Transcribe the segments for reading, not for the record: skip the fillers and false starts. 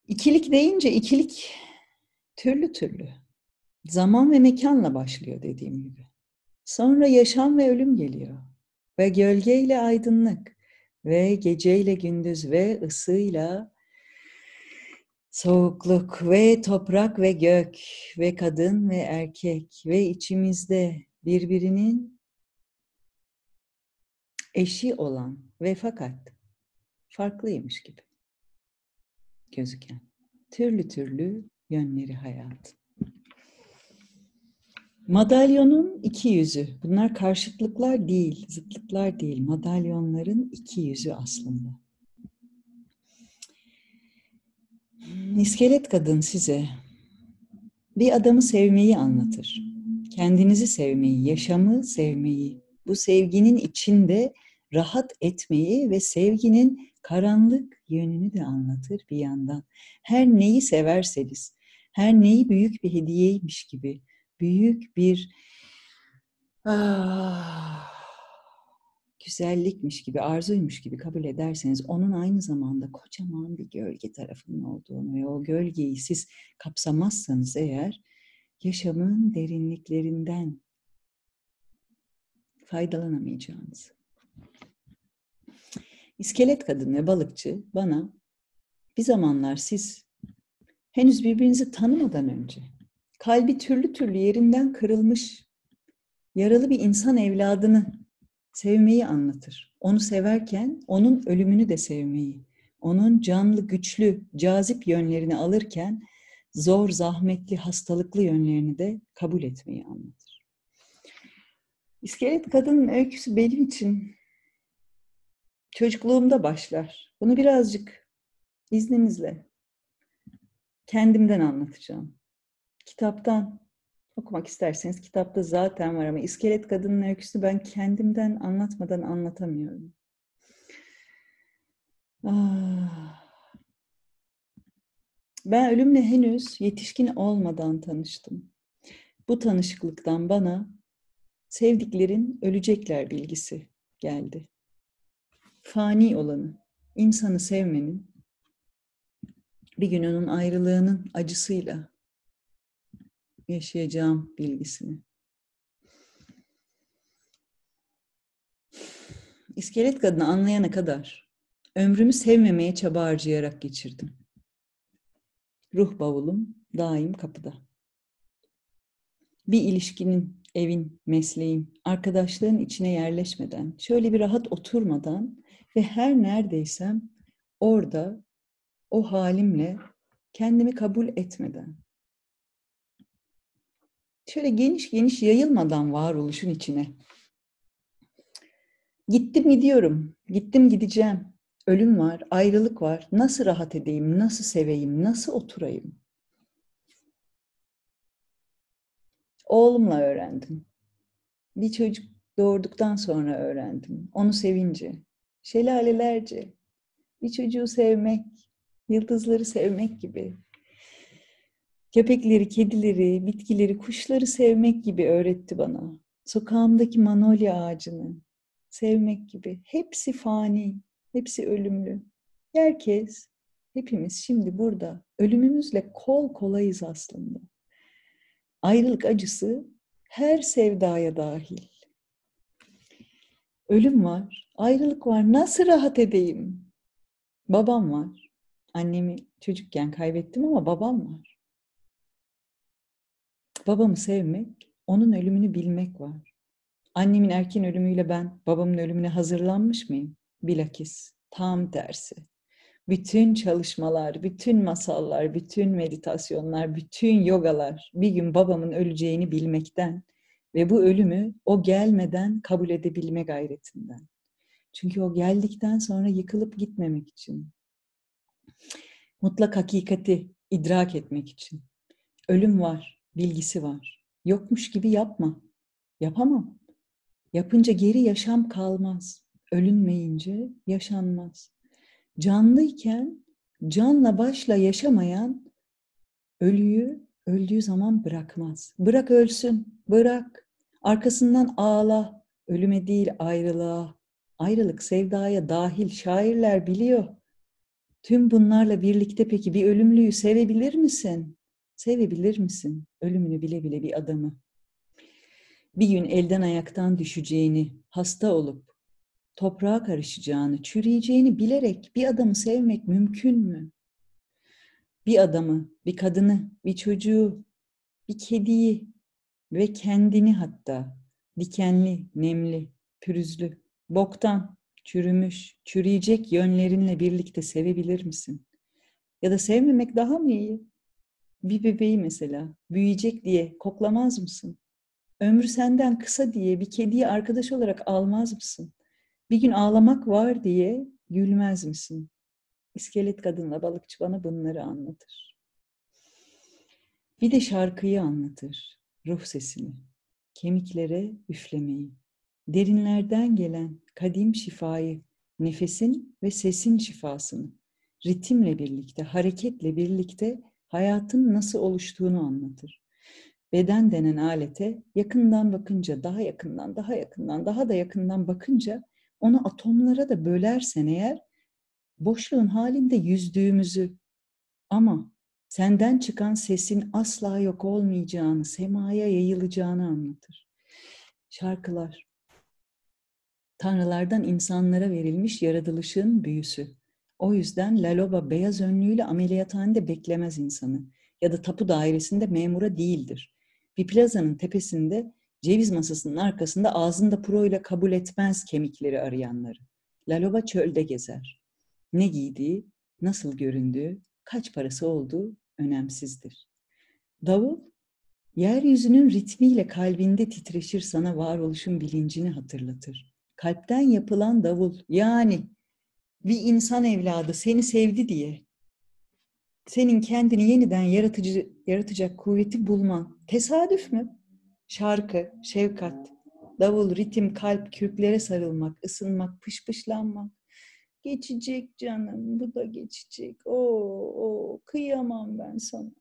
İkilik deyince ikilik türlü türlü. Zaman ve mekanla başlıyor dediğim gibi. Sonra yaşam ve ölüm geliyor. Ve gölgeyle aydınlık. Ve geceyle gündüz ve ısıyla soğukluk ve toprak ve gök ve kadın ve erkek ve içimizde birbirinin eşi olan ve fakat farklıymış gibi gözüken türlü türlü yönleri hayat. Madalyonun iki yüzü. Bunlar karşıtlıklar değil, zıtlıklar değil. Madalyonların iki yüzü aslında. İskelet kadın size bir adamı sevmeyi anlatır. Kendinizi sevmeyi, yaşamı sevmeyi, bu sevginin içinde rahat etmeyi ve sevginin karanlık yönünü de anlatır bir yandan. Her neyi severseniz, her neyi büyük bir hediyeymiş gibi, büyük bir güzellikmiş gibi, arzuymuş gibi kabul ederseniz onun aynı zamanda kocaman bir gölge tarafının olduğunu ve o gölgeyi siz kapsamazsanız eğer yaşamın derinliklerinden faydalanamayacağınız. İskelet kadın ve balıkçı bana bir zamanlar siz henüz birbirinizi tanımadan önce kalbi türlü türlü yerinden kırılmış yaralı bir insan evladını sevmeyi anlatır. Onu severken onun ölümünü de sevmeyi, onun canlı, güçlü, cazip yönlerini alırken zor, zahmetli, hastalıklı yönlerini de kabul etmeyi anlatır. İskelet kadının öyküsü benim için çocukluğumda başlar. Bunu birazcık izninizle kendimden anlatacağım. Kitaptan okumak isterseniz kitapta zaten var ama İskelet Kadının öyküsünü ben kendimden anlatmadan anlatamıyorum. Ben ölümle henüz yetişkin olmadan tanıştım. Bu tanışıklıktan bana sevdiklerin ölecekler bilgisi geldi. Fani olanı, insanı sevmenin, bir gün onun ayrılığının acısıyla yaşayacağım bilgisini. İskelet kadını anlayana kadar ömrümü sevmemeye çaba harcayarak geçirdim. Ruh bavulum daim kapıda. Bir ilişkinin, evin, mesleğin, arkadaşlığın içine yerleşmeden, şöyle bir rahat oturmadan ve her neredeysem orada o halimle kendimi kabul etmeden, şöyle geniş geniş yayılmadan varoluşun içine. Gittim gidiyorum, gittim gideceğim. Ölüm var, ayrılık var. Nasıl rahat edeyim, nasıl seveyim, nasıl oturayım? Oğlumla öğrendim. Bir çocuk doğurduktan sonra öğrendim. Onu sevince, şelalelerce, bir çocuğu sevmek, yıldızları sevmek gibi, köpekleri, kedileri, bitkileri, kuşları sevmek gibi öğretti bana. Sokağımdaki manolya ağacını sevmek gibi. Hepsi fani, hepsi ölümlü. Herkes, hepimiz şimdi burada ölümümüzle kol kolayız aslında. Ayrılık acısı her sevdaya dahil. Ölüm var, ayrılık var. Nasıl rahat edeyim? Babam var. Annemi çocukken kaybettim ama babam var. Babamı sevmek, onun ölümünü bilmek var. Annemin erken ölümüyle ben babamın ölümüne hazırlanmış mıyım? Bilakis tam tersi. Bütün çalışmalar, bütün masallar, bütün meditasyonlar, bütün yogalar bir gün babamın öleceğini bilmekten ve bu ölümü o gelmeden kabul edebilme gayretinden. Çünkü o geldikten sonra yıkılıp gitmemek için. Mutlak hakikati idrak etmek için. Ölüm var, bilgisi var. Yokmuş gibi yapma. Yapamam. Yapınca geri yaşam kalmaz. Ölünmeyince yaşanmaz. Canlıyken canla başla yaşamayan ölüyü öldüğü zaman bırakmaz. Bırak ölsün, bırak. Arkasından ağla. Ölüme değil ayrılığa. Ayrılık sevdaya dahil, şairler biliyor. Tüm bunlarla birlikte peki bir ölümlüyü sevebilir misin? Sevebilir misin? Ölümünü bile bile bir adamı. Bir gün elden ayaktan düşeceğini, hasta olup toprağa karışacağını, çürüyeceğini bilerek bir adamı sevmek mümkün mü? Bir adamı, bir kadını, bir çocuğu, bir kediyi ve kendini hatta dikenli, nemli, pürüzlü, boktan, çürümüş, çürüyecek yönlerinle birlikte sevebilir misin? Ya da sevmemek daha mı iyi? Bir bebeği mesela büyüyecek diye koklamaz mısın? Ömrü senden kısa diye bir kediyi arkadaş olarak almaz mısın? Bir gün ağlamak var diye gülmez misin? İskelet Kadınla Balıkçı bana bunları anlatır. Bir de şarkıyı anlatır, ruh sesini, kemiklere üflemeyi, derinlerden gelen kadim şifayı, nefesin ve sesin şifasını, ritimle birlikte, hareketle birlikte hayatın nasıl oluştuğunu anlatır. Beden denen alete yakından bakınca, daha yakından, daha yakından, daha da yakından bakınca onu atomlara da bölersen eğer boşluğun halinde yüzdüğümüzü ama senden çıkan sesin asla yok olmayacağını, semaya yayılacağını anlatır. Şarkılar, tanrılardan insanlara verilmiş yaratılışın büyüsü. O yüzden Laloba beyaz önlüğüyle ameliyathanede beklemez insanı ya da tapu dairesinde memura değildir. Bir plazanın tepesinde ceviz masasının arkasında ağzında puroyla kabul etmez kemikleri arayanları. Laloba çölde gezer. Ne giydiği, nasıl göründüğü, kaç parası olduğu önemsizdir. Davul, yeryüzünün ritmiyle kalbinde titreşir sana varoluşun bilincini hatırlatır. Kalpten yapılan davul, yani bir insan evladı seni sevdi diye senin kendini yeniden yaratacak kuvveti bulman tesadüf mü? Şarkı, şefkat, davul, ritim, kalp, kürklere sarılmak, ısınmak, pışpışlanmak. Geçecek canım, bu da geçecek. Oo, kıyamam ben sana.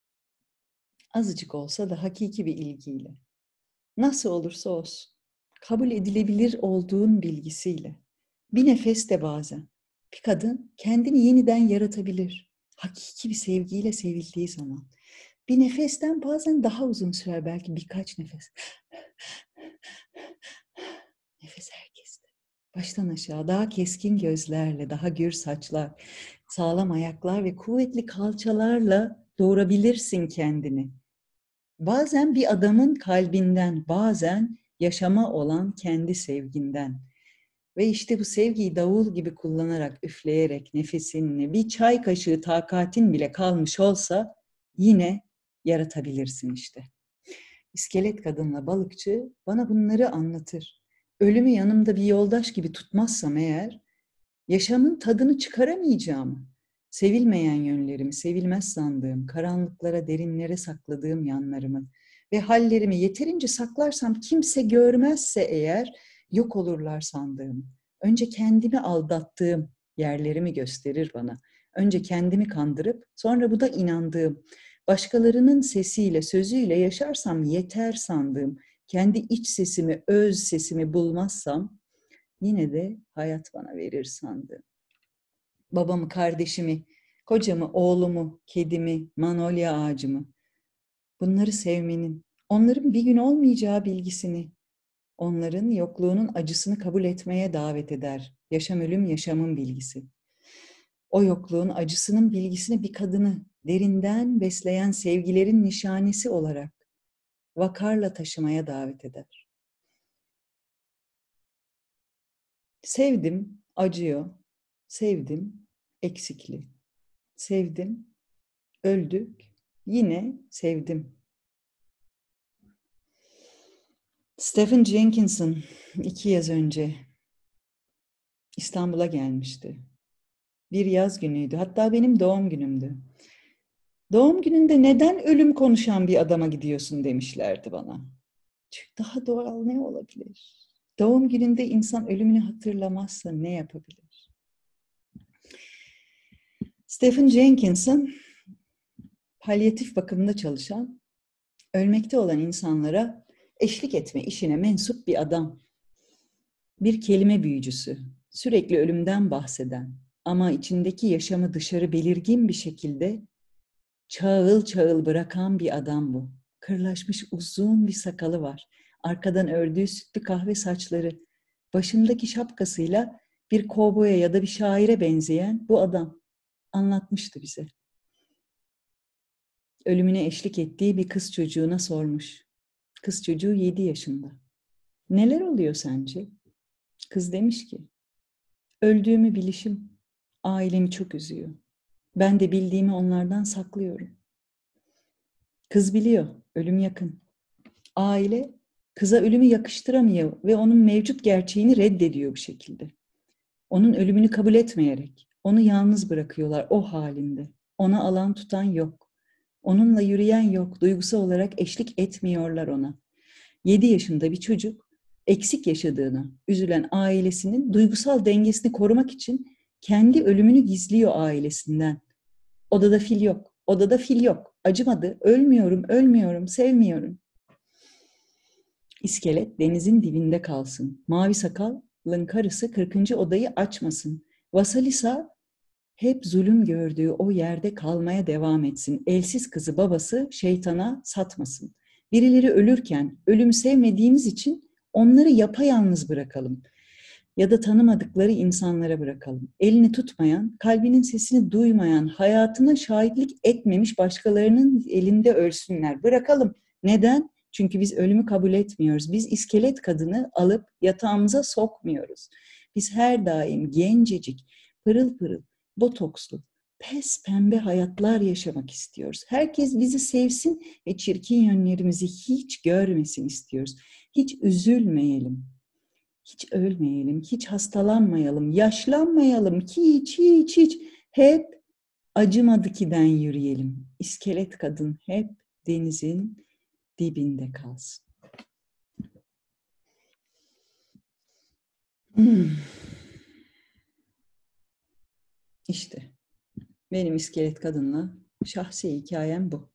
Azıcık olsa da hakiki bir ilgiyle. Nasıl olursa olsun. Kabul edilebilir olduğun bilgisiyle. Bir nefes de bazen. Bir kadın kendini yeniden yaratabilir. Hakiki bir sevgiyle sevildiği zaman. Bir nefesten bazen daha uzun sürer, belki birkaç nefes. Nefes herkeste. Baştan aşağı daha keskin gözlerle, daha gür saçlar, sağlam ayaklar ve kuvvetli kalçalarla doğurabilirsin kendini. Bazen bir adamın kalbinden, bazen yaşama olan kendi sevginden. Ve işte bu sevgiyi davul gibi kullanarak, üfleyerek, nefesinle, bir çay kaşığı takatin bile kalmış olsa yine yaratabilirsin işte. İskelet Kadınla Balıkçı bana bunları anlatır. Ölümü yanımda bir yoldaş gibi tutmazsam eğer, yaşamın tadını çıkaramayacağımı, sevilmeyen yönlerimi, sevilmez sandığım, karanlıklara, derinlere sakladığım yanlarımı ve hallerimi yeterince saklarsam kimse görmezse eğer yok olurlar sandığım, önce kendimi aldattığım yerlerimi gösterir bana. Önce kendimi kandırıp sonra bu da inandığım, başkalarının sesiyle, sözüyle yaşarsam yeter sandığım, kendi iç sesimi, öz sesimi bulmazsam yine de hayat bana verir sandım. Babamı, kardeşimi, kocamı, oğlumu, kedimi, manolya ağacımı. Bunları sevmenin, onların bir gün olmayacağı bilgisini, onların yokluğunun acısını kabul etmeye davet eder. Yaşam ölüm yaşamın bilgisi. O yokluğun acısının bilgisini bir kadını derinden besleyen sevgilerin nişanesi olarak vakarla taşımaya davet eder. Sevdim, acıyor. Sevdim, eksikli. Sevdim, öldük. Yine sevdim. Stephen Jenkinson 2 yaz önce İstanbul'a gelmişti. Bir yaz günüydü. Hatta benim doğum günümdü. Doğum gününde neden ölüm konuşan bir adama gidiyorsun demişlerdi bana. Çünkü daha doğal ne olabilir? Doğum gününde insan ölümünü hatırlamazsa ne yapabilir? Stephen Jenkinson palyatif bakımda çalışan, ölmekte olan insanlara eşlik etme işine mensup bir adam. Bir kelime büyücüsü, sürekli ölümden bahseden, Ama içindeki yaşamı dışarı belirgin bir şekilde çağıl çağıl bırakan bir adam bu. Kırlaşmış uzun bir sakalı var. Arkadan ördüğü sütlü kahve saçları, başındaki şapkasıyla bir kovboya ya da bir şaire benzeyen bu adam anlatmıştı bize. Ölümüne eşlik ettiği bir kız çocuğuna sormuş. Kız çocuğu 7 yaşında. Neler oluyor sence? Kız demiş ki, öldüğümü bilişim ailemi çok üzüyor. Ben de bildiğimi onlardan saklıyorum. Kız biliyor, ölüm yakın. Aile kıza ölümü yakıştıramıyor ve onun mevcut gerçeğini reddediyor bir şekilde. Onun ölümünü kabul etmeyerek onu yalnız bırakıyorlar o halinde. Ona alan tutan yok. Onunla yürüyen yok. Duygusal olarak eşlik etmiyorlar ona. 7 yaşında bir çocuk eksik yaşadığını üzülen ailesinin duygusal dengesini korumak için kendi ölümünü gizliyor ailesinden. Odada fil yok. Odada fil yok. Acımadı. Ölmüyorum, ölmüyorum, sevmiyorum. İskelet denizin dibinde kalsın. Mavi sakalın karısı 40. odayı açmasın. Vasalisa hep zulüm gördüğü o yerde kalmaya devam etsin. Elsiz kızı babası şeytana satmasın. Birileri ölürken ölümü sevmediğimiz için onları yapayalnız bırakalım. Ya da tanımadıkları insanlara bırakalım. Elini tutmayan, kalbinin sesini duymayan, hayatına şahitlik etmemiş başkalarının elinde ölsünler. Bırakalım. Neden? Çünkü biz ölümü kabul etmiyoruz. Biz iskelet kadını alıp yatağımıza sokmuyoruz. Biz her daim gencecik, pırıl pırıl, botokslu, pes pembe hayatlar yaşamak istiyoruz. Herkes bizi sevsin ve çirkin yönlerimizi hiç görmesin istiyoruz. Hiç üzülmeyelim. Hiç ölmeyelim, hiç hastalanmayalım, yaşlanmayalım, hiç. Hep acımadıkiden yürüyelim. İskelet kadın hep denizin dibinde kalsın. İşte benim iskelet kadınla şahsi hikayem bu.